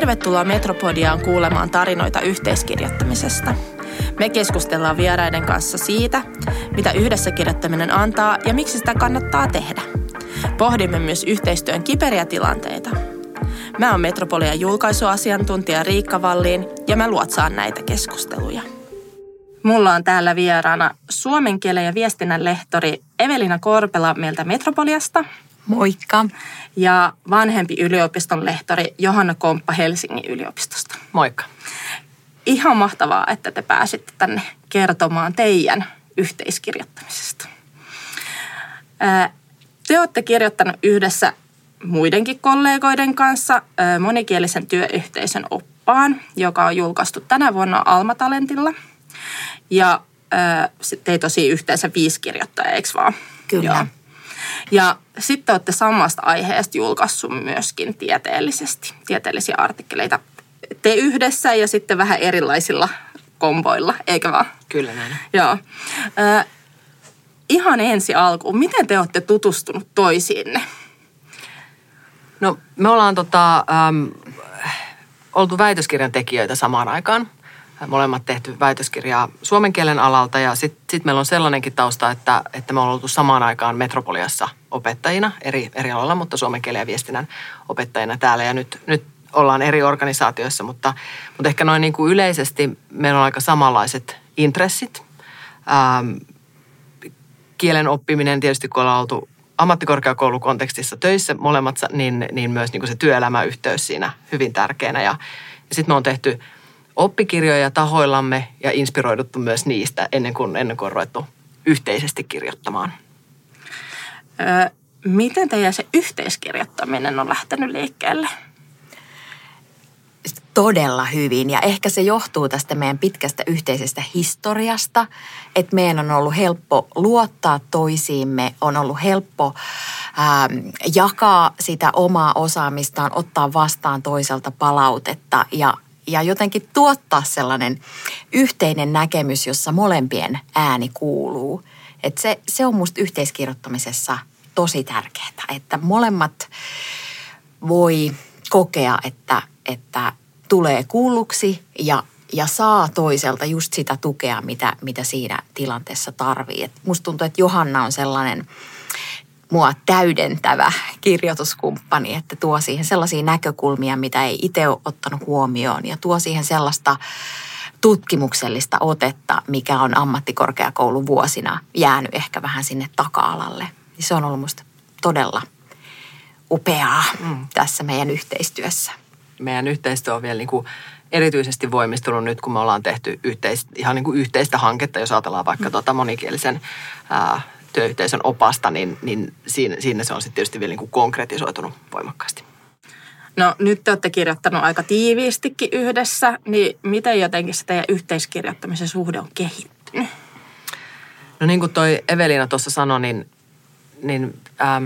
Tervetuloa Metropodiaan kuulemaan tarinoita yhteiskirjoittamisesta. Me keskustellaan vieraiden kanssa siitä, mitä yhdessä kirjoittaminen antaa ja miksi sitä kannattaa tehdä. Pohdimme myös yhteistyön kiperiä tilanteita. Mä oon Metropolian julkaisuasiantuntija Riikka Wallin ja mä luotsaan näitä keskusteluja. Mulla on täällä vieraana suomen kielen ja viestinnän lehtori Evelina Korpela meiltä Metropoliasta. Moikka. Ja vanhempi yliopiston lehtori Johanna Komppa Helsingin yliopistosta. Moikka. Ihan mahtavaa, että te pääsitte tänne kertomaan teidän yhteiskirjoittamisesta. Te olette kirjoittanut yhdessä muidenkin kollegoiden kanssa monikielisen työyhteisön oppaan, joka on julkaistu tänä vuonna Alma-Talentilla. Ja te tosi yhteensä 5 kirjoittajaa, eikö vaan? Kyllä. Joo. Ja sitten olette samasta aiheesta julkaissut myöskin tieteellisiä artikkeleita. Te yhdessä ja sitten vähän erilaisilla komboilla, eikö vaan? Kyllä näin. Joo. Ihan ensi alkuun, miten te olette tutustunut toisiinne? No me ollaan oltu väitöskirjan tekijöitä samaan aikaan. Molemmat tehty väitöskirjaa suomen kielen alalta ja sitten meillä on sellainenkin tausta, että me ollaan oltu samaan aikaan Metropoliassa opettajina eri aloilla, mutta suomen kielen ja viestinnän opettajina täällä. Ja nyt ollaan eri organisaatioissa, mutta ehkä noin niin kuin yleisesti meillä on aika samanlaiset intressit. Kielen oppiminen tietysti, kun ollaan oltu ammattikorkeakoulukontekstissa töissä molemmat, niin myös niin kuin se työelämäyhteys siinä hyvin tärkeänä. Ja sitten me on tehty oppikirjoja tahoillamme ja inspiroiduttu myös niistä ennen kuin on ruvettu yhteisesti kirjoittamaan. Miten teidän se yhteiskirjoittaminen on lähtenyt liikkeelle? Todella hyvin ja ehkä se johtuu tästä meidän pitkästä yhteisestä historiasta, että meidän on ollut helppo luottaa toisiimme, on ollut helppo jakaa sitä omaa osaamistaan, ottaa vastaan toiselta palautetta ja jotenkin tuottaa sellainen yhteinen näkemys, jossa molempien ääni kuuluu. Että se on musta yhteiskirjoittamisessa tosi tärkeää, että molemmat voi kokea, että tulee kuulluksi ja saa toiselta just sitä tukea, mitä siinä tilanteessa tarvii. Et musta tuntuu, että Johanna on sellainen mua täydentävä kirjoituskumppani, että tuo siihen sellaisia näkökulmia, mitä ei itse ole ottanut huomioon ja tuo siihen sellaista tutkimuksellista otetta, mikä on ammattikorkeakouluvuosina jäänyt ehkä vähän sinne taka-alalle. Se on ollut musta todella upeaa tässä meidän yhteistyössä. Meidän yhteistyö on vielä niin kuin erityisesti voimistunut nyt, kun me ollaan tehty ihan niin kuin yhteistä hanketta, jos ajatellaan vaikka monikielisen työyhteisön opasta, niin siinä se on sitten tietysti vielä niin kuin konkretisoitunut voimakkaasti. No nyt te olette kirjoittanut aika tiiviistikin yhdessä, niin miten jotenkin se teidän yhteiskirjoittamisen suhde on kehittynyt? No niin kuin toi Evelina tuossa sanoi, niin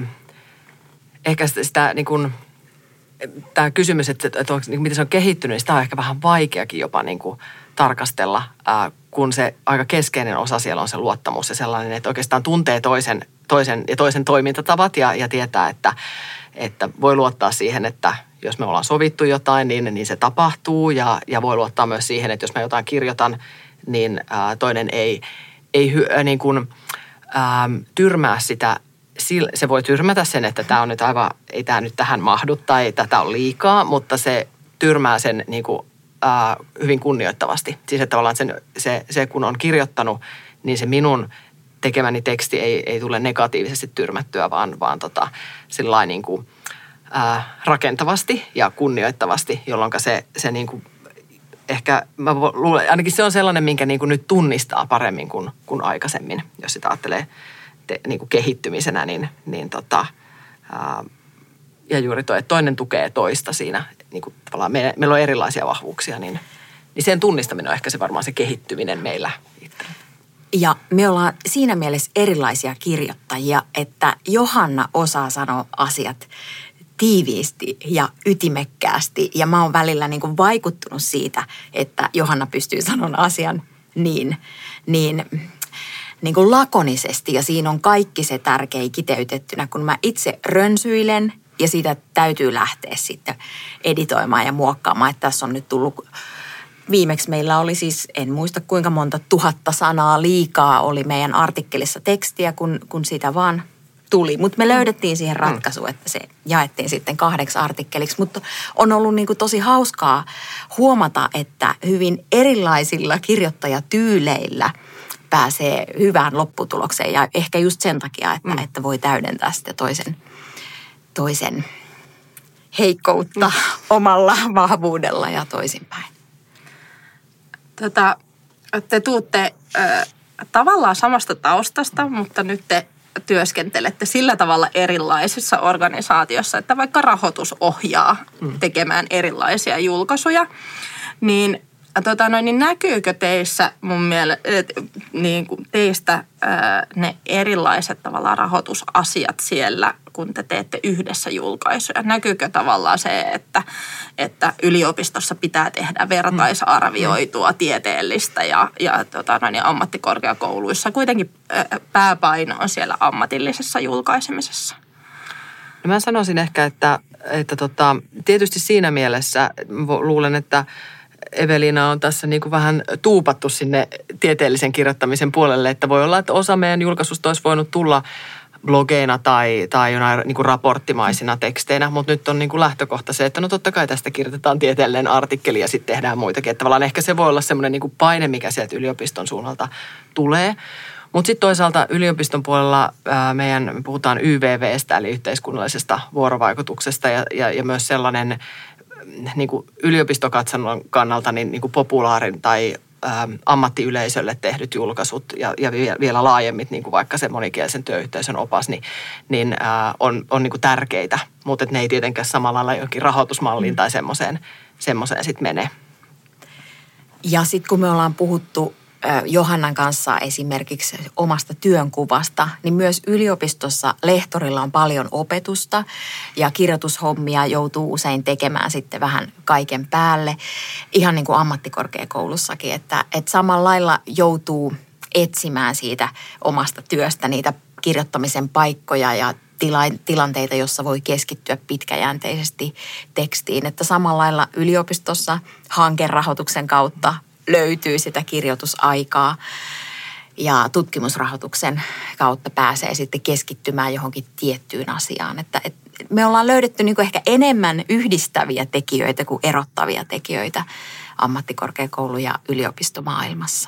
ehkä sitä niin kuin tämä kysymys, että miten se on kehittynyt, niin sitä on ehkä vähän vaikeakin jopa niin kuin tarkastella, kun se aika keskeinen osa siellä on se luottamus ja sellainen, että oikeastaan tuntee toisen toimintatavat ja tietää, että voi luottaa siihen, että jos me ollaan sovittu jotain, niin se tapahtuu ja voi luottaa myös siihen, että jos mä jotain kirjoitan, niin toinen ei niin kuin, tyrmää sitä. Se voi tyrmätä sen, että tämä on nyt aivan, ei tämä nyt tähän mahdu tai tätä on liikaa, mutta se tyrmää sen niin kuin, hyvin kunnioittavasti. Siis että tavallaan se kun on kirjoittanut, niin se minun tekemäni teksti ei tule negatiivisesti tyrmättyä, vaan sillain niin kuin, rakentavasti ja kunnioittavasti, jolloin se niin kuin, ehkä mä luulen, ainakin se on sellainen, minkä niin kuin nyt tunnistaa paremmin kuin aikaisemmin, jos sitä ajattelee niin kuin kehittymisenä, ja juuri toi, että toinen tukee toista siinä, niin kuin tavallaan meillä on erilaisia vahvuuksia, niin sen tunnistaminen on ehkä se varmaan se kehittyminen meillä itse. Ja me ollaan siinä mielessä erilaisia kirjoittajia, että Johanna osaa sanoa asiat tiiviisti ja ytimekkäästi, ja mä oon välillä niin kuin vaikuttunut siitä, että Johanna pystyy sanomaan asian niin kuin lakonisesti ja siinä on kaikki se tärkeä kiteytettynä. Kun mä itse rönsyilen Ja siitä täytyy lähteä sitten editoimaan ja muokkaamaan, että tässä on nyt tullut. Viimeksi meillä oli siis, en muista kuinka monta 1000 sanaa liikaa oli meidän artikkelissa tekstiä, kun sitä vaan tuli. Mutta me löydettiin siihen ratkaisu, että se jaettiin sitten 2 artikkeliksi. Mutta on ollut niin kuin tosi hauskaa huomata, että hyvin erilaisilla kirjoittajatyyleillä pääsee hyvään lopputulokseen. Ja ehkä just sen takia, että voi täydentää sitä toisen heikkoutta omalla vahvuudella ja toisinpäin. Te tuutte tavallaan samasta taustasta, mutta nyt te työskentelette sillä tavalla erilaisissa organisaatiossa, että vaikka rahoitus ohjaa tekemään erilaisia julkaisuja, niin näkyykö teissä teistä ne erilaiset tavallaan rahoitusasiat siellä, kun te teette yhdessä julkaisuja? Näkyykö tavallaan se, että yliopistossa pitää tehdä vertaisarvioitua tieteellistä ja ammattikorkeakouluissa kuitenkin pääpaino on siellä ammatillisessa julkaisemisessa? No mä sanoisin ehkä, että tietysti siinä mielessä luulen, että Evelina on tässä niin kuin vähän tuupattu sinne tieteellisen kirjoittamisen puolelle, että voi olla, että osa meidän julkaisusta olisi voinut tulla blogeina tai jonain niin kuin raporttimaisina teksteinä, mutta nyt on niin kuin lähtökohta se, että no totta kai tästä kirjoitetaan tieteellinen artikkeli ja sitten tehdään muitakin. Että tavallaan ehkä se voi olla semmoinen niin kuin paine, mikä sieltä yliopiston suunnalta tulee. Mutta sitten toisaalta yliopiston puolella me puhutaan YVVstä, eli yhteiskunnallisesta vuorovaikutuksesta ja myös sellainen niin kuin yliopistokatsannon kannalta niin kuin populaarin tai ammattiyleisölle tehdyt julkaisut ja vielä laajemmin niin kuin vaikka se monikielisen työyhteisön opas, niin on niin kuin tärkeitä, mutta ne ei tietenkään samalla lailla johonkin rahoitusmalliin tai semmoiseen sitten mene. Ja sitten kun me ollaan puhuttu Johannan kanssa esimerkiksi omasta työnkuvasta, niin myös yliopistossa lehtorilla on paljon opetusta ja kirjoitushommia joutuu usein tekemään sitten vähän kaiken päälle. Ihan niin kuin ammattikorkeakoulussakin, että samalla lailla joutuu etsimään siitä omasta työstä niitä kirjoittamisen paikkoja ja tilanteita, jossa voi keskittyä pitkäjänteisesti tekstiin. Että samalla lailla yliopistossa hankerahoituksen kautta löytyy sitä kirjoitusaikaa ja tutkimusrahoituksen kautta pääsee sitten keskittymään johonkin tiettyyn asiaan. Että me ollaan löydetty niin kuin ehkä enemmän yhdistäviä tekijöitä kuin erottavia tekijöitä ammattikorkeakoulu- ja yliopistomaailmassa.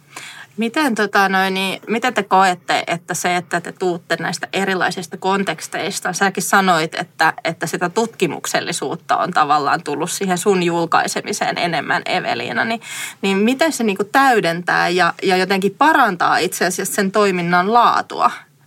Miten te koette, että se, että te tuutte näistä erilaisista konteksteista, säkin sanoit, että sitä tutkimuksellisuutta on tavallaan tullut siihen sun julkaisemiseen enemmän, Evelina, niin miten se niinku täydentää ja jotenkin parantaa itse asiassa sen toiminnan laatua?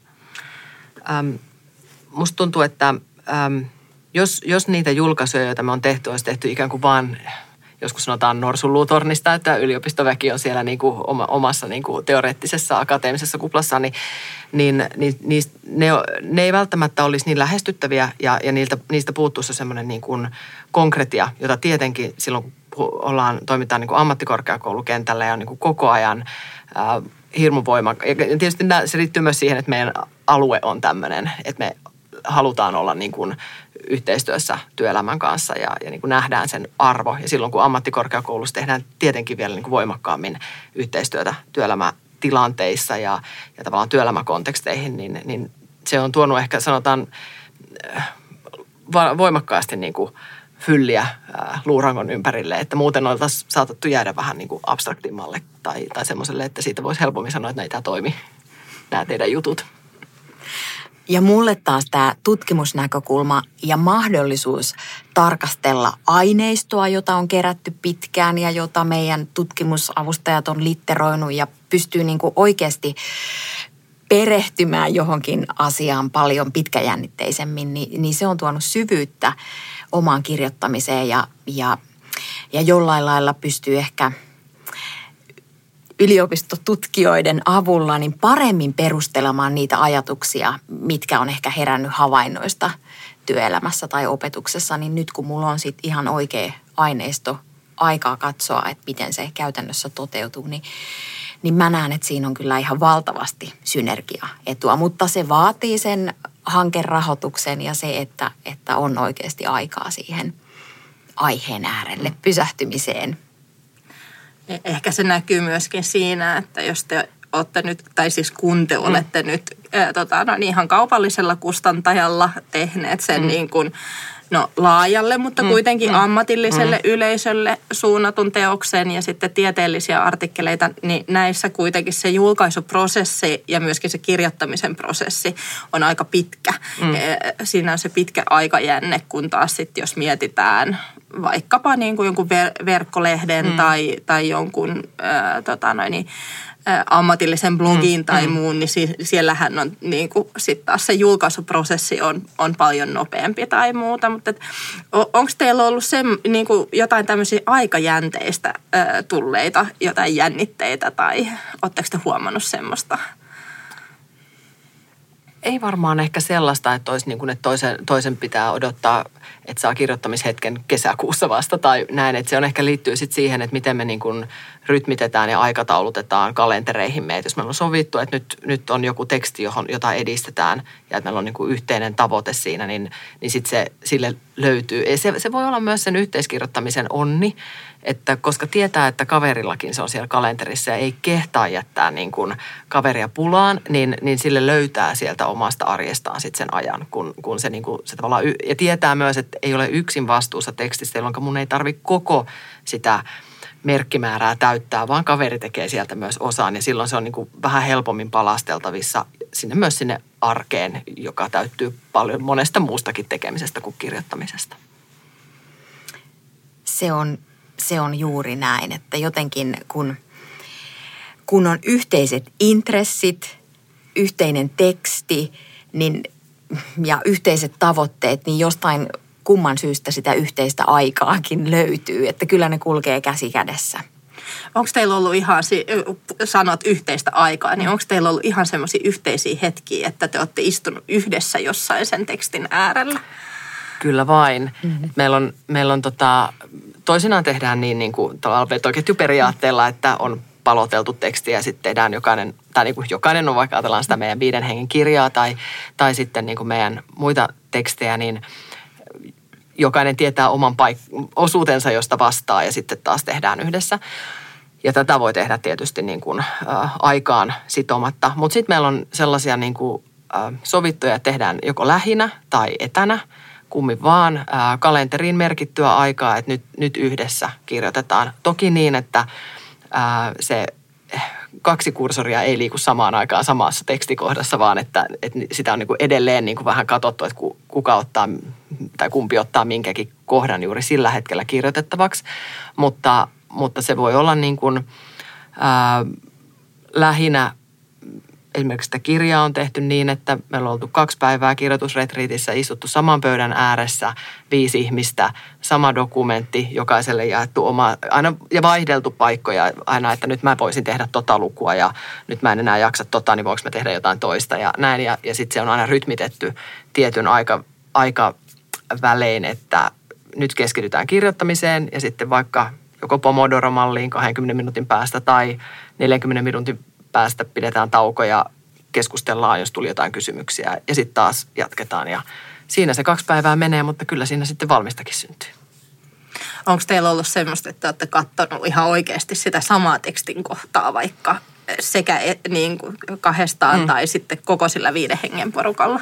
Musta tuntuu, että jos niitä julkaisuja, joita me on tehty, olisi tehty ikään kuin vaan joskus sanotaan norsunluutornista, että yliopistoväki on siellä niin kuin omassa niin kuin teoreettisessa akateemisessa kuplassa, niin ne ei välttämättä olisi niin lähestyttäviä ja niistä puuttuisi semmoinen niin kuin konkretia, jota tietenkin silloin kun toimitaan niin kuin ammattikorkeakoulukentällä ja on niin kuin koko ajan hirmu voimakkaasti. Ja tietysti se liittyy myös siihen, että meidän alue on tämmöinen, että me halutaan olla niin kuin yhteistyössä työelämän kanssa ja niin kuin nähdään sen arvo. Ja silloin kun ammattikorkeakoulussa tehdään tietenkin vielä niin kuin voimakkaammin yhteistyötä työelämätilanteissa ja tavallaan työelämäkonteksteihin, niin se on tuonut ehkä sanotaan voimakkaasti niin kuin fylliä luurangon ympärille, että muuten oltaisiin saatettu jäädä vähän niin kuin abstraktimmalle tai semmoiselle, että siitä voisi helpommin sanoa, että näitä toimi nämä teidän jutut. Ja mulle taas tämä tutkimusnäkökulma ja mahdollisuus tarkastella aineistoa, jota on kerätty pitkään ja jota meidän tutkimusavustajat on litteroinut ja pystyy niin kuin oikeasti perehtymään johonkin asiaan paljon pitkäjännitteisemmin, niin se on tuonut syvyyttä omaan kirjoittamiseen ja jollain lailla pystyy ehkä yliopistotutkijoiden avulla niin paremmin perustelemaan niitä ajatuksia, mitkä on ehkä herännyt havainnoista työelämässä tai opetuksessa, niin nyt kun mulla on sitten ihan oikea aineisto aikaa katsoa, että miten se toteutuu, niin mä näen, että siinä on kyllä ihan valtavasti synergiaetua, mutta se vaatii sen hankerahoituksen ja se, että on oikeasti aikaa siihen aiheen äärelle pysähtymiseen. Ehkä se näkyy myöskin siinä, että jos te olette nyt, tai siis kun te olette nyt ihan kaupallisella kustantajalla tehneet sen niin kuin, laajalle, mutta kuitenkin ammatilliselle yleisölle suunnatun teoksen ja sitten tieteellisiä artikkeleita, niin näissä kuitenkin se julkaisuprosessi ja myöskin se kirjoittamisen prosessi on aika pitkä. Siinä on se pitkä aikajänne, kun taas sitten jos mietitään vaikkapa niin kuin jonkun verkkolehden tai jonkun ammatillisen blogin tai muun, niin siellähän on niin kuin sitten taas se julkaisuprosessi on paljon nopeampi tai muuta. Mutta onko teillä ollut niin kuin jotain tämmöisiä aikajänteistä tulleita, jotain jännitteitä tai oletteko te huomannut semmoista? Ei varmaan ehkä sellaista, että olisi niin kuin, että toisen pitää odottaa, että saa kirjoittamishetken kesäkuussa vasta tai näin. Että se on ehkä liittyy sitten siihen, että miten me niin kuin rytmitetään ja aikataulutetaan kalentereihimme. Että jos meillä on sovittu, että nyt on joku teksti, jota edistetään ja että meillä on niin kuin yhteinen tavoite siinä, niin sitten sille löytyy. Ja se voi olla myös sen yhteiskirjoittamisen onni, että koska tietää, että kaverillakin se on siellä kalenterissa ja ei kehtaa jättää niin kuin kaveria pulaan, niin sille löytää sieltä omasta arjestaan sitten sen ajan, kun se, niin kuin, se tavallaan, ja tietää myös, että ei ole yksin vastuussa tekstistä, jolloin mun ei tarvitse koko sitä merkkimäärää täyttää, vaan kaveri tekee sieltä myös osaan ja silloin se on niin kuin vähän helpommin palasteltavissa sinne arkeen, joka täyttyy paljon monesta muustakin tekemisestä kuin kirjoittamisesta. Se on juuri näin, että jotenkin kun on yhteiset intressit, yhteinen teksti ja yhteiset tavoitteet, niin jostain kumman syystä sitä yhteistä aikaakin löytyy, että kyllä ne kulkee käsi kädessä. Onko teillä ollut ihan, sanot yhteistä aikaa, niin onko teillä ollut ihan semmoisia yhteisiä hetkiä, että te olette istunut yhdessä jossain sen tekstin äärellä? Kyllä vain. Meillä on toisinaan tehdään niin kuin vetoketjuperiaatteella, että on paloteltu teksti ja sitten tehdään jokainen on vaikka ajatellaan sitä meidän 5 hengen kirjaa tai sitten niin kuin meidän muita tekstejä, niin jokainen tietää oman osuutensa, josta vastaa ja sitten taas tehdään yhdessä. Ja tätä voi tehdä tietysti niin kuin, aikaan sitomatta. Mutta sitten meillä on sellaisia niin kuin, sovittuja, että tehdään joko lähinä tai etänä, kummin vaan kalenteriin merkittyä aikaa, että nyt yhdessä kirjoitetaan. Toki niin, että se 2 kursoria ei liiku samaan aikaan samassa tekstikohdassa, vaan että sitä on niin kuin edelleen niin kuin vähän katsottu, että kuka ottaa tai kumpi ottaa minkäkin kohdan juuri sillä hetkellä kirjoitettavaksi. Mutta se voi olla niin kuin, lähinnä esimerkiksi sitä kirjaa on tehty niin, että meillä on oltu 2 päivää kirjoitusretriitissä, istuttu saman pöydän ääressä, 5 ihmistä, sama dokumentti, jokaiselle jaettu oma, aina ja vaihdeltu paikkoja aina, että nyt mä voisin tehdä lukua ja nyt mä en enää jaksa niin voinko mä tehdä jotain toista ja näin. Ja sitten se on aina rytmitetty tietyn aikavälein, että nyt keskitytään kirjoittamiseen ja sitten vaikka joko Pomodoro-malliin 20 minuutin päästä tai 40 minuutin päästä pidetään tauko ja keskustellaan, jos tuli jotain kysymyksiä ja sitten taas jatketaan ja siinä se 2 päivää menee, mutta kyllä siinä sitten valmistakin syntyy. Onko teillä ollut semmoista, että olette katsonut ihan oikeasti sitä samaa tekstin kohtaa vaikka sekä niin kuin 2 tai sitten koko sillä 5 hengen porukalla?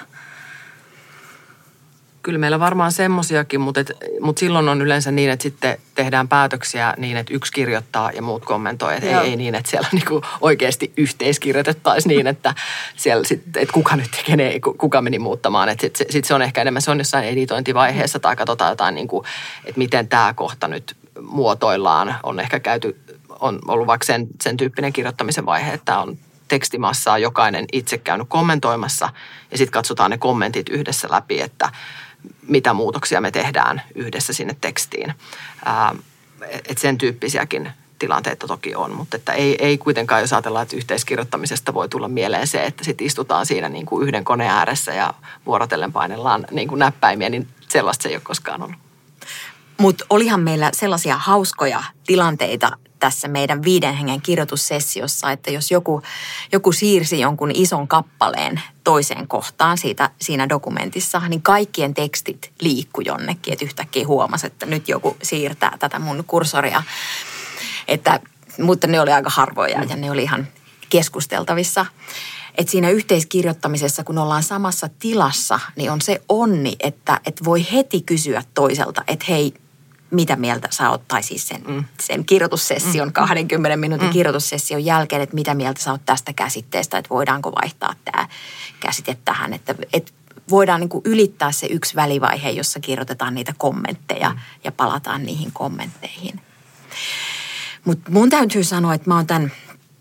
Kyllä meillä varmaan semmosiakin, mutta silloin on yleensä niin, että sitten tehdään päätöksiä niin, että yksi kirjoittaa ja muut kommentoi. Että ei niin, että siellä niinku oikeasti yhteiskirjoitettaisiin niin, että siellä että kuka nyt tekee, kuka meni muuttamaan. Että sitten se on ehkä enemmän, se on jossain editointivaiheessa tai katsotaan jotain, niinku, että miten tämä kohta nyt muotoillaan. On ehkä on ollut vaikka sen tyyppinen kirjoittamisen vaihe, että on tekstimassaa jokainen itse käynyt kommentoimassa ja sitten katsotaan ne kommentit yhdessä läpi, että mitä muutoksia me tehdään yhdessä sinne tekstiin. Että sen tyyppisiäkin tilanteita toki on, mutta että ei kuitenkaan, jos ajatellaan, että yhteiskirjoittamisesta voi tulla mieleen se, että sitten istutaan siinä niin kuin yhden koneen ääressä ja vuorotellen painellaan niin kuin näppäimiä, niin sellaista se ei ole koskaan ollut. Mutta olihan meillä sellaisia hauskoja tilanteita tässä meidän 5 hengen kirjoitussessiossa, että jos joku siirsi jonkun ison kappaleen toiseen kohtaan siinä dokumentissa, niin kaikkien tekstit liikkui jonnekin, että yhtäkkiä huomasi, että nyt joku siirtää tätä mun kursoria. Mutta ne oli aika harvoja ja ne oli ihan keskusteltavissa. Että siinä yhteiskirjoittamisessa, kun ollaan samassa tilassa, niin on se onni, että voi heti kysyä toiselta, että hei, mitä mieltä sä oot, tai siis sen kirjoitussession, 20 minuutin kirjoitussession jälkeen, että mitä mieltä sä oot tästä käsitteestä, että voidaanko vaihtaa tämä käsite tähän, että voidaan niin kuin ylittää se yksi välivaihe, jossa kirjoitetaan niitä kommentteja ja palataan niihin kommentteihin. Mutta mun täytyy sanoa, että mä oon tämän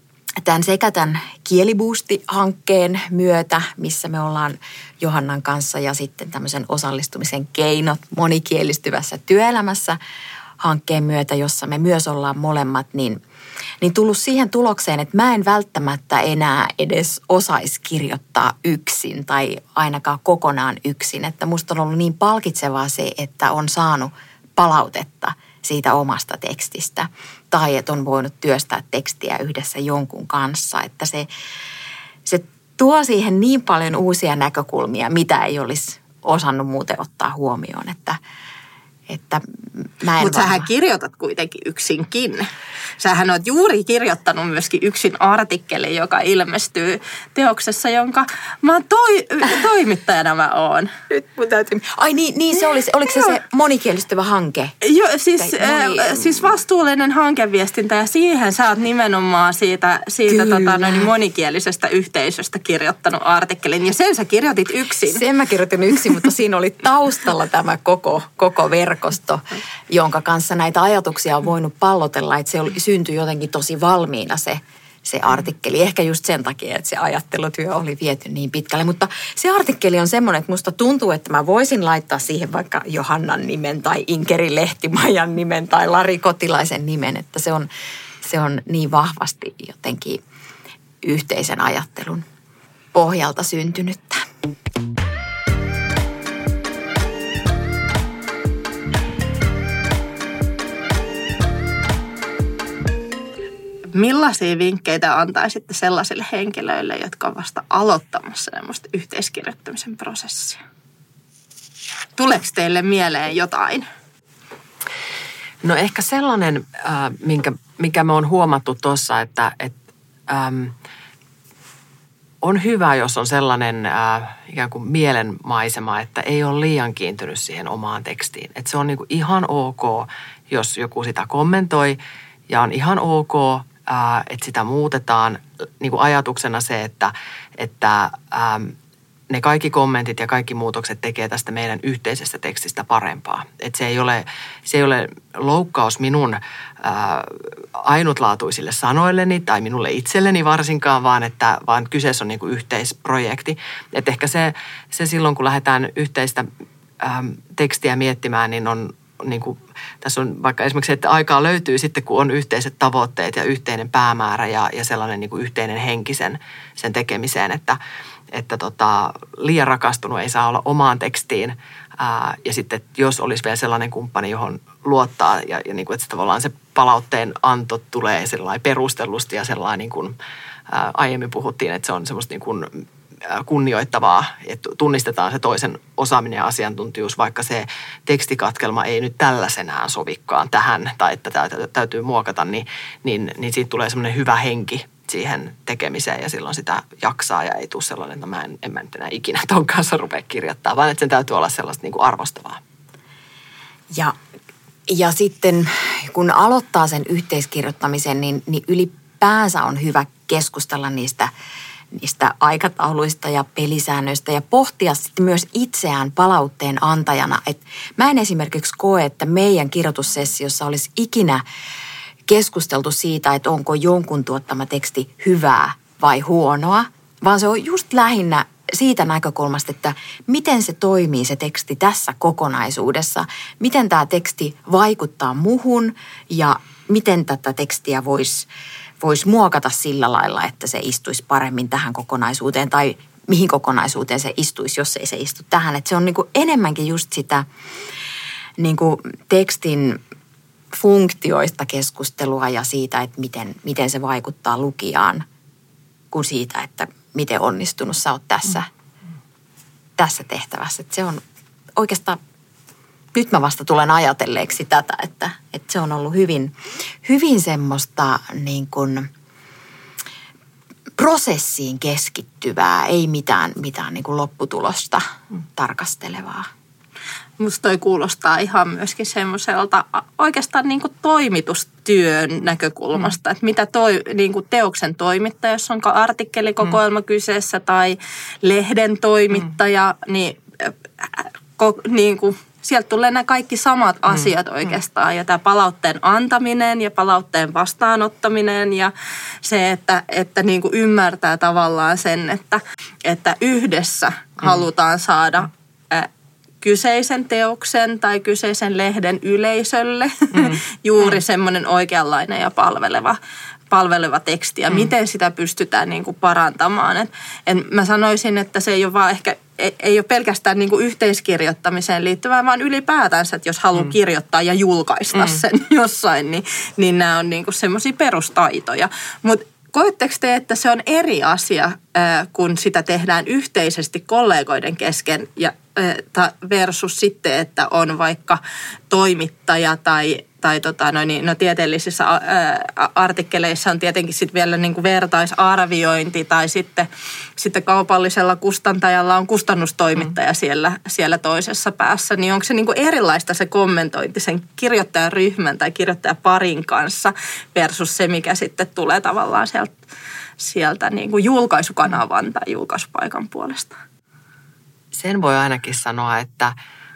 Kieliboosti-hankkeen myötä, missä me ollaan Johannan kanssa ja sitten tämmöisen osallistumisen keinot monikielistyvässä työelämässä hankkeen myötä, jossa me myös ollaan molemmat, niin tullut siihen tulokseen, että mä en välttämättä enää edes osaisi kirjoittaa yksin tai ainakaan kokonaan yksin. Että musta on ollut niin palkitsevaa se, että on saanut palautetta siitä omasta tekstistä tai että on voinut työstää tekstiä yhdessä jonkun kanssa, että se tuo siihen niin paljon uusia näkökulmia, mitä ei olisi osannut muuten ottaa huomioon, että mä en. Mutta sähän kirjoitat kuitenkin yksinkin. Sähän oot juuri kirjoittanut myöskin yksin artikkelin, joka ilmestyy teoksessa, jonka mä oon toimittajana mä oon. Nyt mun täytyy. Ai niin se olisi. Oliko se monikielistyvä hanke? Joo, siis vastuullinen hankeviestintä ja siihen sä oot nimenomaan siitä monikielisestä yhteisöstä kirjoittanut artikkelin. Ja sen sä kirjoitit yksin. Sen mä kirjoitin yksin, mutta siinä oli taustalla tämä koko verkosto, jonka kanssa näitä ajatuksia on voinut pallotella, että se syntyi jotenkin tosi valmiina se artikkeli. Ehkä just sen takia, että se ajattelutyö oli viety niin pitkälle. Mutta se artikkeli on semmoinen, että musta tuntuu, että mä voisin laittaa siihen vaikka Johannan nimen tai Inkeri Lehtimajan nimen tai Lari Kotilaisen nimen, että se on niin vahvasti jotenkin yhteisen ajattelun pohjalta syntynyttä. Millaisia vinkkejä antaisitte sellaisille henkilöille, jotka on vasta aloittamassa semmoista yhteiskirjoittamisen prosessia? Tuleeko teille mieleen jotain? No ehkä sellainen, mikä me on huomattu tuossa, että on hyvä, jos on sellainen ikään kuin mielenmaisema, että ei ole liian kiintynyt siihen omaan tekstiin. Että se on niin kuin ihan ok, jos joku sitä kommentoi ja on ihan ok, että sitä muutetaan niin kuin ajatuksena se, että ne kaikki kommentit ja kaikki muutokset tekee tästä meidän yhteisestä tekstistä parempaa. Että se ei ole loukkaus minun ainutlaatuisille sanoilleni tai minulle itselleni varsinkaan, vaan kyseessä on niin kuin yhteisprojekti. Että ehkä se silloin, kun lähdetään yhteistä tekstiä miettimään, niin on niin kuin, tässä on vaikka esimerkiksi se, että aikaa löytyy sitten, kun on yhteiset tavoitteet ja yhteinen päämäärä ja sellainen niin kuin yhteinen henki sen tekemiseen, että liian rakastunut ei saa olla omaan tekstiin. Ja sitten, jos olisi vielä sellainen kumppani, johon luottaa ja niin kuin, että tavallaan se palautteen anto tulee sellainen perustellusti ja sellainen niin kuin aiemmin puhuttiin, että se on semmoista niin kuin kunnioittavaa, että tunnistetaan se toisen osaaminen ja asiantuntijuus, vaikka se tekstikatkelma ei nyt tällaisenään sovikaan tähän tai että täytyy muokata, niin siitä tulee semmoinen hyvä henki siihen tekemiseen ja silloin sitä jaksaa ja ei tule sellainen, että en mä nyt enää ikinä ton kanssa rupea kirjoittaa, vaan että sen täytyy olla sellaista niin kuin arvostavaa. Ja sitten kun aloittaa sen yhteiskirjoittamisen, niin ylipäänsä on hyvä keskustella niistä aikatauluista ja pelisäännöistä ja pohtia sitten myös itseään palautteen antajana. Et mä en esimerkiksi koe, että meidän kirjoitussessiossa olisi ikinä keskusteltu siitä, että onko jonkun tuottama teksti hyvää vai huonoa, vaan se on just lähinnä siitä näkökulmasta, että miten se toimii se teksti tässä kokonaisuudessa, miten tämä teksti vaikuttaa muhun ja miten tätä tekstiä voisi muokata sillä lailla, että se istuisi paremmin tähän kokonaisuuteen tai mihin kokonaisuuteen se istuisi, jos ei se istu tähän. Että se on niin kuin enemmänkin just sitä niin kuin tekstin funktioista keskustelua ja siitä, että miten se vaikuttaa lukijaan, kuin siitä, että miten onnistunut sä oot tässä tehtävässä. Että se on oikeastaan, nyt mä vasta tulen ajatelleeksi tätä, että se on ollut hyvin semmoista niin kuin prosessiin keskittyvää, ei mitään niin kuin lopputulosta tarkastelevaa. Musta toi kuulostaa ihan myöskin semmoiselta oikeastaan niin kuin toimitustyön näkökulmasta, että mitä niin kuin teoksen toimittaja, jos on artikkelikokoelma kyseessä tai lehden toimittaja, niin kuin sieltä tulee nämä kaikki samat asiat oikeastaan. Ja tämä palautteen antaminen ja palautteen vastaanottaminen ja se, että niin kuin ymmärtää tavallaan sen, että yhdessä halutaan saada kyseisen teoksen tai kyseisen lehden yleisölle juuri semmoinen oikeanlainen ja palveleva teksti. Ja miten sitä pystytään niin kuin parantamaan. Mä sanoisin, että se ei ole vaan ehkä, ei ole pelkästään niin kuin yhteiskirjoittamiseen liittyvää, vaan ylipäätänsä, että jos haluaa kirjoittaa ja julkaista sen jossain, niin nämä on niin kuin semmoisia perustaitoja. Mutta koetteko te, että se on eri asia, kun sitä tehdään yhteisesti kollegoiden kesken versus sitten, että on vaikka toimittaja tai tieteellisissä artikkeleissa on tietenkin sitten vielä niin kuin vertaisarviointi tai sitten kaupallisella kustantajalla on kustannustoimittaja siellä toisessa päässä, niin onko se niin kuin erilaista se kommentointi sen kirjoittajaryhmän tai kirjoittajaparin kanssa versus se, mikä sitten tulee tavallaan sieltä niin kuin julkaisukanavan tai julkaisupaikan puolesta? Sen voi ainakin sanoa, että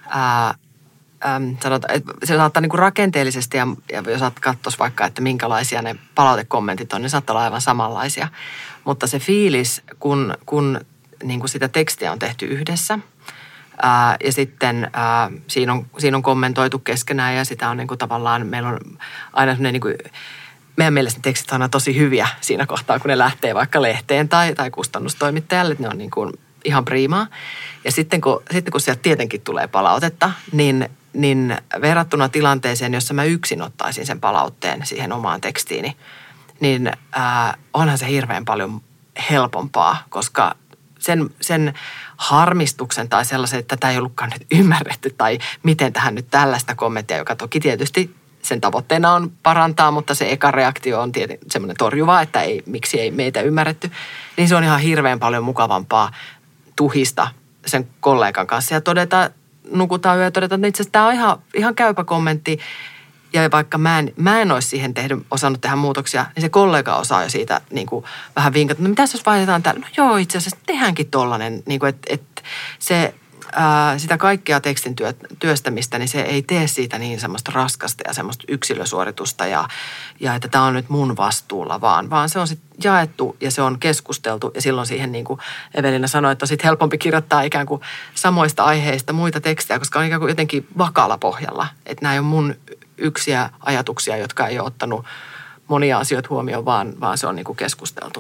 sanotaan, että se saattaa niin kuin rakenteellisesti, ja jos katsoisi vaikka, että minkälaisia ne palautekommentit on, niin saattaa olla aivan samanlaisia. Mutta se fiilis, kun niin kuin sitä tekstiä on tehty yhdessä, ja sitten siinä on kommentoitu keskenään, ja sitä on niin kuin tavallaan, meillä on aina sellainen niin kuin, meidän mielestä ne tekstit on aina tosi hyviä siinä kohtaa, kun ne lähtee vaikka lehteen tai kustannustoimittajalle, että ne on niin kuin ihan priimaa. Ja sitten kun sieltä tietenkin tulee palautetta, niin verrattuna tilanteeseen, jossa mä yksin ottaisin sen palautteen siihen omaan tekstiini, niin onhan se hirveän paljon helpompaa, koska sen harmistuksen tai sellaisen, että tätä ei ollutkaan nyt ymmärretty tai miten tähän nyt tällaista kommenttia, joka toki tietysti sen tavoitteena on parantaa, mutta se eka reaktio on semmoinen torjuva, että miksi ei meitä ymmärretty, niin se on ihan hirveän paljon mukavampaa tuhista sen kollegan kanssa ja nukutaan yö ja todetaan, että itse asiassa tämä on ihan käypä kommentti. Ja vaikka mä en olisi siihen osannut tehdä muutoksia, niin se kollega osaa jo siitä niin kuin vähän vinkata. No mitäs jos vaihdetaan täällä? No joo, itse asiassa tehdäänkin tollainen, niin kuin, että se sitä kaikkea tekstin työstämistä, niin se ei tee siitä niin semmoista raskasta ja semmoista yksilösuoritusta ja että tämä on nyt mun vastuulla, vaan se on sitten jaettu ja se on keskusteltu ja silloin siihen niin kuin Evelina sanoi, että on sitten helpompi kirjoittaa ikään kuin samoista aiheista muita tekstejä, koska on ikään kuin jotenkin vakaalla pohjalla. Että nämä ei ole mun yksiä ajatuksia, jotka ei ole ottanut monia asioita huomioon, vaan se on niin kuin keskusteltu.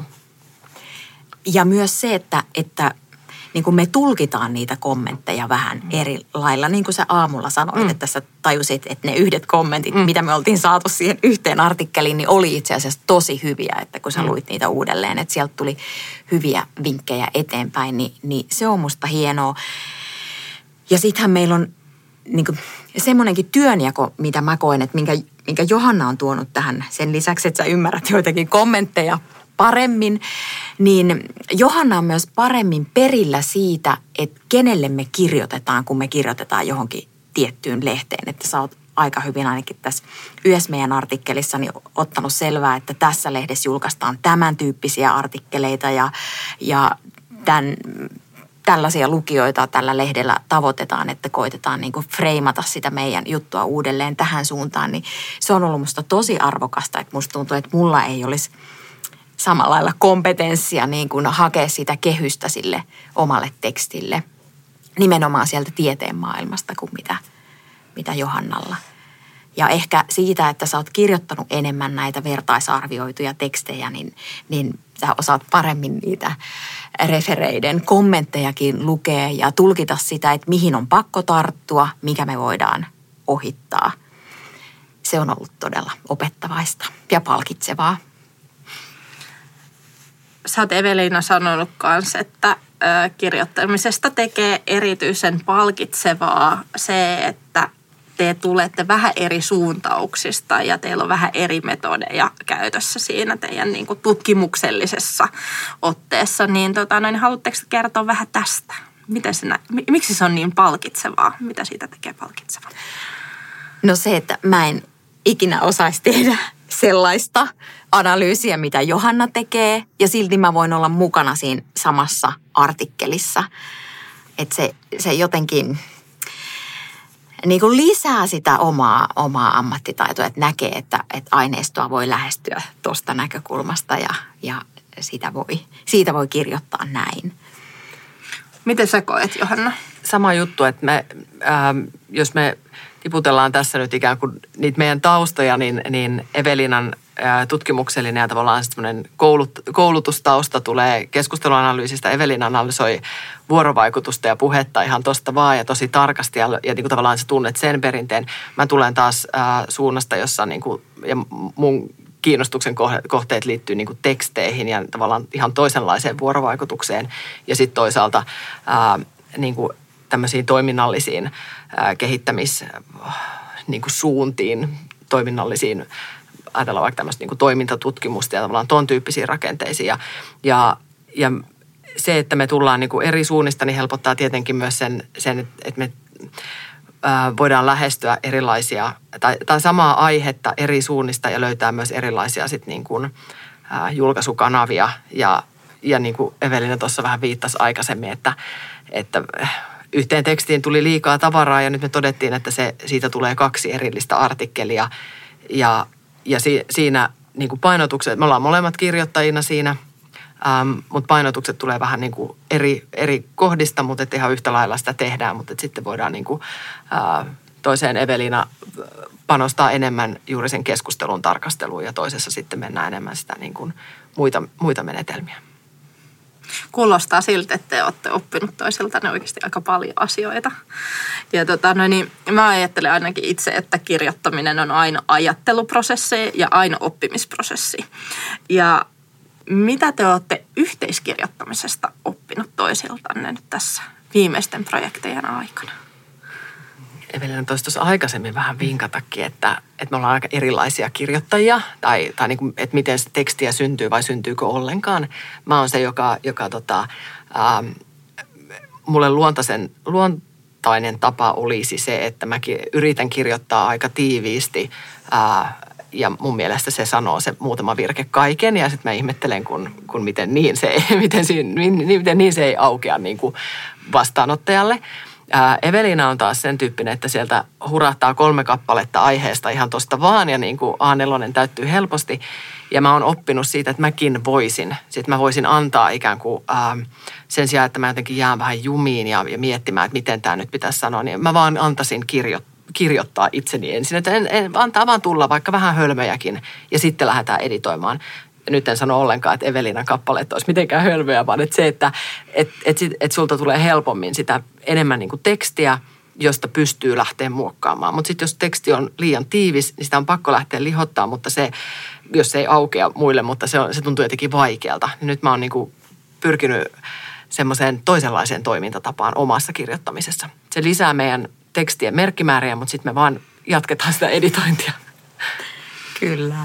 Ja myös se, että niin kuin me tulkitaan niitä kommentteja vähän eri lailla. Niin kuin sä aamulla sanoit, että sä tajusit, että ne yhdet kommentit, mitä me oltiin saatu siihen yhteen artikkeliin, niin oli itse asiassa tosi hyviä, että kun sä luit niitä uudelleen, että sieltä tuli hyviä vinkkejä eteenpäin, niin se on musta hienoa. Ja sittenhän meillä on niin kuin semmoinenkin työnjako, mitä mä koen, että minkä Johanna on tuonut tähän sen lisäksi, että sä ymmärrät joitakin kommentteja paremmin, niin Johanna on myös paremmin perillä siitä, että kenelle me kirjoitetaan, kun me kirjoitetaan johonkin tiettyyn lehteen. Että sä oot aika hyvin ainakin tässä yhdessä meidän artikkelissani ottanut selvää, että tässä lehdessä julkaistaan tämän tyyppisiä artikkeleita ja tällaisia lukijoita tällä lehdellä tavoitetaan, että koitetaan niin kuin freimata sitä meidän juttua uudelleen tähän suuntaan. Niin se on ollut musta tosi arvokasta, että musta tuntuu, että mulla ei olisi samalla lailla kompetenssia niin kuin hakea sitä kehystä sille omalle tekstille. Nimenomaan sieltä tieteen maailmasta kuin mitä Johannalla. Ja ehkä siitä, että sä oot kirjoittanut enemmän näitä vertaisarvioituja tekstejä, niin sä osaat paremmin niitä refereiden kommenttejakin lukea ja tulkita sitä, että mihin on pakko tarttua, mikä me voidaan ohittaa. se on ollut todella opettavaista ja palkitsevaa. Sä oot Eveliina sanonut kanssa, että kirjoittamisesta tekee erityisen palkitsevaa se, että te tulette vähän eri suuntauksista ja teillä on vähän eri metodeja käytössä siinä teidän niin kuin tutkimuksellisessa otteessa. Niin, niin haluatteko kertoa vähän tästä? Miksi se on niin palkitsevaa? Mitä siitä tekee palkitsevaa? No se, että mä en ikinä osaisi tehdä sellaista analyysiä, mitä Johanna tekee, ja silti mä voin olla mukana siinä samassa artikkelissa. Että se jotenkin niin kuin lisää sitä omaa ammattitaitoa, että näkee, että aineistoa voi lähestyä tuosta näkökulmasta ja siitä voi kirjoittaa näin. Miten sä koet, Johanna? Sama juttu, että jos me tiputellaan tässä nyt ikään kuin niitä meidän taustoja, niin Eveliinan tutkimuksellinen ja tavallaan semmoinen koulutustausta tulee keskusteluanalyysistä. Eveliina analysoi vuorovaikutusta ja puhetta ihan tosta vaan ja tosi tarkasti ja niin kuin tavallaan sä tunnet sen perinteen. Mä tulen taas suunnasta, jossa niin kuin, ja mun kiinnostuksen kohteet liittyy niin kuin teksteihin ja tavallaan ihan toisenlaiseen vuorovaikutukseen ja sitten toisaalta niin kuin tämmöisiin toiminnallisiin kehittämissuuntiin, toiminnallisiin, ajatellaan vaikka tämmöistä niin kuin toimintatutkimusta ja tavallaan ton tyyppisiin rakenteisiin. Ja se, että me tullaan niin kuin eri suunnista, niin helpottaa tietenkin myös sen että me voidaan lähestyä erilaisia tai samaa aihetta eri suunnista ja löytää myös erilaisia sit niin kuin, julkaisukanavia. Ja niin kuin Eveliina tuossa vähän viittasi aikaisemmin, että yhteen tekstiin tuli liikaa tavaraa ja nyt me todettiin, että siitä tulee 2 erillistä artikkelia. Ja siinä niin kuin painotukset, me ollaan molemmat kirjoittajina siinä, mutta painotukset tulee vähän niin kuin eri kohdista, mutta et ihan yhtä lailla sitä tehdään, mutta sitten voidaan niin kuin, toiseen Eveliina panostaa enemmän juuri sen keskustelun tarkasteluun ja toisessa sitten mennään enemmän sitä niin kuin muita menetelmiä. Kuulostaa siltä, että te olette oppinut toisiltanne oikeasti aika paljon asioita. Ja niin mä ajattelen ainakin itse, että kirjoittaminen on aina ajatteluprosessi ja aina oppimisprosessi. Ja mitä te olette yhteiskirjoittamisesta oppinut toisiltanne nyt tässä viimeisten projektejen aikana? Eveliina tuossa aikaisemmin vähän vinkatakin, että me ollaan aika erilaisia kirjoittajia tai niin kuin, että miten se tekstiä syntyy vai syntyykö ollenkaan. Mä oon se, joka mulle luontainen tapa olisi se, että mä yritän kirjoittaa aika tiiviisti ja mun mielestä se sanoo se muutama virke kaiken ja sitten mä ihmettelen, kun miten niin se ei aukea niin kuin vastaanottajalle. Eveliina on taas sen tyyppinen, että sieltä hurahtaa 3 kappaletta aiheesta ihan tosta vaan ja niin kuin A4 täyttyy helposti. Ja mä oon oppinut siitä, että mäkin voisin. Sitten mä voisin antaa ikään kuin sen sijaan, että mä jotenkin jään vähän jumiin ja miettimään, että miten tämä nyt pitäisi sanoa. Niin mä vaan antaisin kirjoittaa itseni ensin. Että antaa vaan tulla vaikka vähän hölmöjäkin ja sitten lähdetään editoimaan. Nyt en sano ollenkaan, että Eveliinan kappaleet olisi mitenkään hölmöjä, vaan että se, että sulta tulee helpommin sitä enemmän niin kuin tekstiä, josta pystyy lähteä muokkaamaan. Mutta sitten jos teksti on liian tiivis, niin sitä on pakko lähteä lihottaa, mutta se, jos se ei aukea muille, mutta se tuntuu jotenkin vaikealta. Niin nyt mä oon niin kuin pyrkinyt semmoiseen toisenlaiseen toimintatapaan omassa kirjoittamisessa. Se lisää meidän tekstien merkkimääriä, mutta sitten me vaan jatketaan sitä editointia. Kyllä.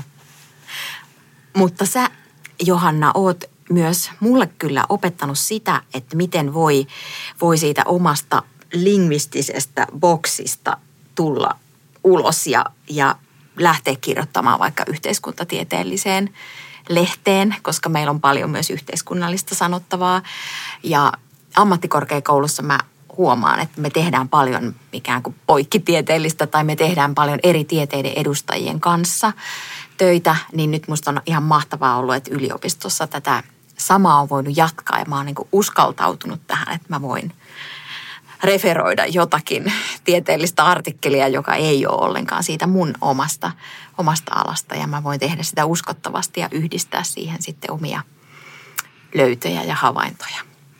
Mutta sä, Johanna, oot myös mulle kyllä opettanut sitä, että miten voi siitä omasta lingvistisestä boksista tulla ulos ja lähteä kirjoittamaan vaikka yhteiskuntatieteelliseen lehteen, koska meillä on paljon myös yhteiskunnallista sanottavaa. Ja ammattikorkeakoulussa mä huomaan, että me tehdään paljon ikään kuin poikkitieteellistä tai me tehdään paljon eri tieteiden edustajien kanssa töitä, niin nyt musta on ihan mahtavaa ollut, että yliopistossa tätä samaa on voinut jatkaa ja mä oon niin kuin uskaltautunut tähän, että mä voin referoida jotakin tieteellistä artikkelia, joka ei ole ollenkaan siitä mun omasta alasta ja mä voin tehdä sitä uskottavasti ja yhdistää siihen sitten omia löytöjä ja havaintoja.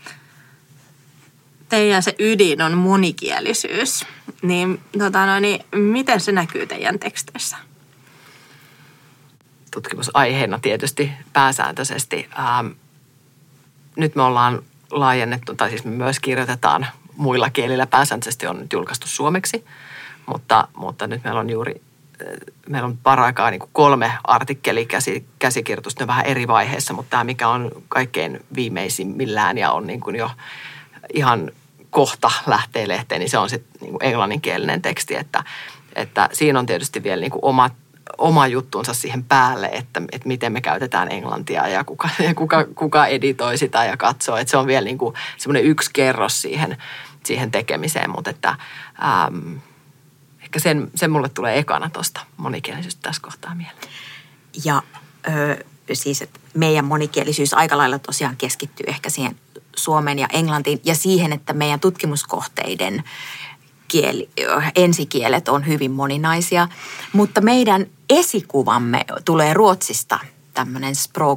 Teidän se ydin on monikielisyys, niin miten se näkyy teidän teksteissä? tutkimusaiheena tietysti pääsääntöisesti. Nyt me ollaan laajennettu, tai siis me myös kirjoitetaan muilla kielillä. Pääsääntöisesti on nyt julkaistu suomeksi, mutta nyt meillä on paraikaa niin kuin 3 artikkelikäsikirjoitusta vähän eri vaiheessa, mutta tämä mikä on kaikkein viimeisimmillään ja on niin kuin jo ihan kohta lähtee lehteen, niin se on sitten niin kuin englanninkielinen teksti, että siinä on tietysti vielä niin kuin oma juttuunsa siihen päälle, että miten me käytetään englantia ja kuka editoi sitä ja katsoo. Että se on vielä niin kuin semmoinen yksi kerros siihen tekemiseen, mutta että ehkä sen mulle tulee ekana tuosta monikielisyystä tässä kohtaa mieleen. Ja siis että meidän monikielisyys aika lailla tosiaan keskittyy ehkä siihen suomen ja englantiin ja siihen, että meidän tutkimuskohteiden ensikielet on hyvin moninaisia, mutta meidän esikuvamme tulee Ruotsista, tämmöinen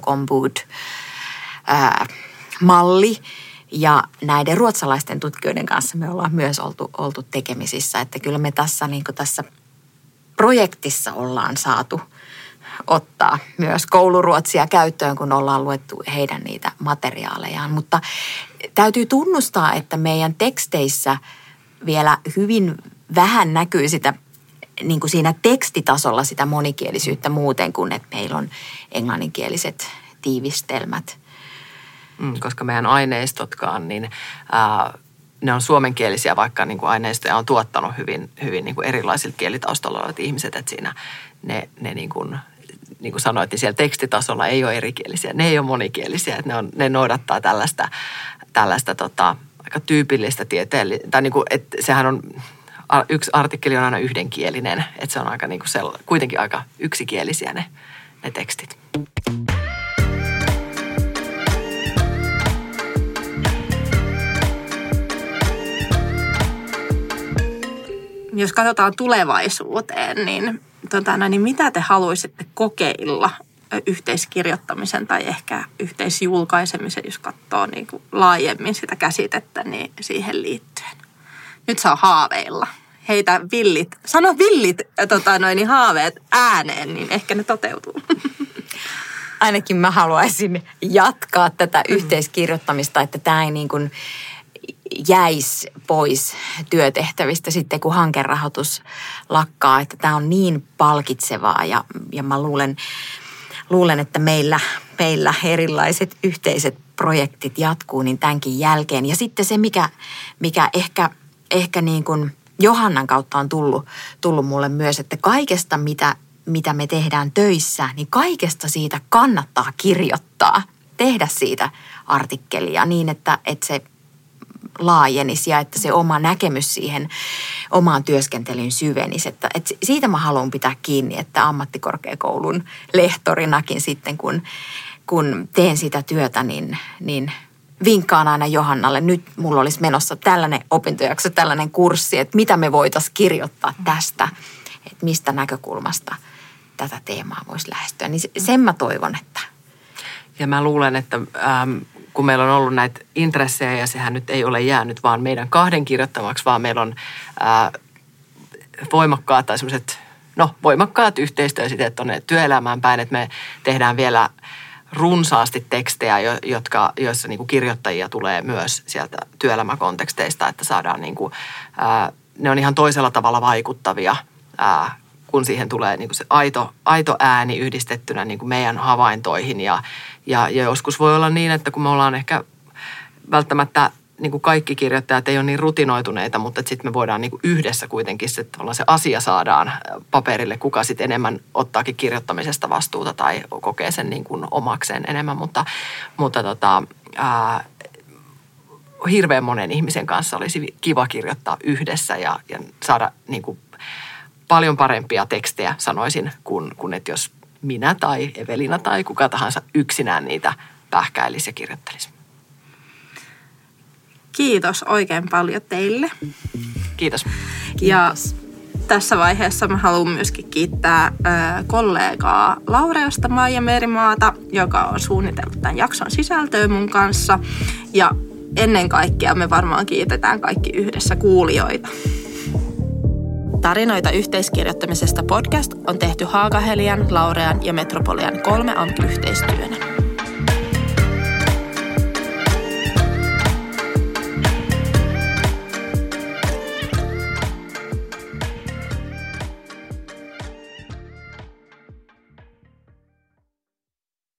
språkombud-malli, ja näiden ruotsalaisten tutkijoiden kanssa me ollaan myös oltu tekemisissä, että kyllä me tässä, niin kuin tässä projektissa ollaan saatu ottaa myös kouluruotsia käyttöön, kun ollaan luettu heidän niitä materiaalejaan, mutta täytyy tunnustaa, että meidän teksteissä vielä hyvin vähän näkyy sitä, niin kuin siinä tekstitasolla sitä monikielisyyttä muuten kuin, että meillä on englanninkieliset tiivistelmät. Koska meidän aineistotkaan, niin ne on suomenkielisiä, vaikka niin kuin aineistoja on tuottanut hyvin, hyvin niin kuin erilaisilta kielitaustalla olevat ihmiset, että siinä ne niin kuin sanoit, niin siellä tekstitasolla ei ole erikielisiä, ne ei ole monikielisiä, että ne noudattaa tällaista aika tyypillistä tieteellistä, tai niin kuin, että sehän on, yksi artikkeli on aina yhdenkielinen, että se on aika niin kuin kuitenkin aika yksikielisiä ne tekstit. Jos katsotaan tulevaisuuteen, niin mitä te haluaisitte kokeilla yhteiskirjoittamisen tai ehkä yhteisjulkaisemisen, jos katsoo niin kuin laajemmin sitä käsitettä, niin siihen liittyen? Nyt saa haaveilla. Heitä villit, sano villit haaveet ääneen, niin ehkä ne toteutuu. Ainakin mä haluaisin jatkaa tätä yhteiskirjoittamista, että tämä ei niin kuin jäisi pois työtehtävistä sitten, kun hankerahoitus lakkaa, että tämä on niin palkitsevaa ja mä luulen, että meillä erilaiset yhteiset projektit jatkuu niin tämänkin jälkeen. Ja sitten se, mikä ehkä niin kuin Johannan kautta on tullut mulle myös, että kaikesta, mitä me tehdään töissä, niin kaikesta siitä kannattaa kirjoittaa, tehdä siitä artikkelia niin, että se laajenisi ja että se oma näkemys siihen omaan työskentelyyn syvenisi. Että siitä mä haluan pitää kiinni, että ammattikorkeakoulun lehtorinakin sitten, kun teen sitä työtä, niin vinkkaan aina Johannalle. Nyt mulla olisi menossa tällainen opintojakso, tällainen kurssi, että mitä me voitaisiin kirjoittaa tästä, että mistä näkökulmasta tätä teemaa voisi lähestyä. Niin sen mä toivon, että... Ja mä luulen, että kun meillä on ollut näitä intressejä ja sehän nyt ei ole jäänyt vaan meidän kahden kirjoittamaksi, vaan meillä on voimakkaat tai semmoiset, voimakkaat yhteistyösiteet tuonne työelämään päin, että me tehdään vielä runsaasti tekstejä, joissa niin kuin kirjoittajia tulee myös sieltä työelämäkonteksteista, että saadaan niin kuin, ne on ihan toisella tavalla vaikuttavia, kun siihen tulee niin kuin se aito ääni yhdistettynä niin kuin meidän havaintoihin. Ja joskus voi olla niin, että kun me ollaan ehkä välttämättä niin kuin kaikki kirjoittajat ei ole niin rutinoituneita, mutta sitten me voidaan niin kuin yhdessä kuitenkin se asia saadaan paperille, kuka sitten enemmän ottaakin kirjoittamisesta vastuuta tai kokee sen niin kuin omakseen enemmän. Mutta hirveän monen ihmisen kanssa olisi kiva kirjoittaa yhdessä ja saada niin kuin paljon parempia tekstejä, sanoisin, kuin että jos minä tai Evelina tai kuka tahansa yksinään niitä pähkäilisi ja kirjoittelisi. Kiitos oikein paljon teille. Kiitos. Ja tässä vaiheessa mä haluan myöskin kiittää kollegaa Laureasta Maija Merimaata, joka on suunnitellut tämän jakson sisältöä mun kanssa. Ja ennen kaikkea me varmaan kiitetään kaikki yhdessä kuulijoita. Tarinoita yhteiskirjoittamisesta podcast on tehty Haagahelian, Laurean ja Metropolian 3 AMK-yhteistyönä.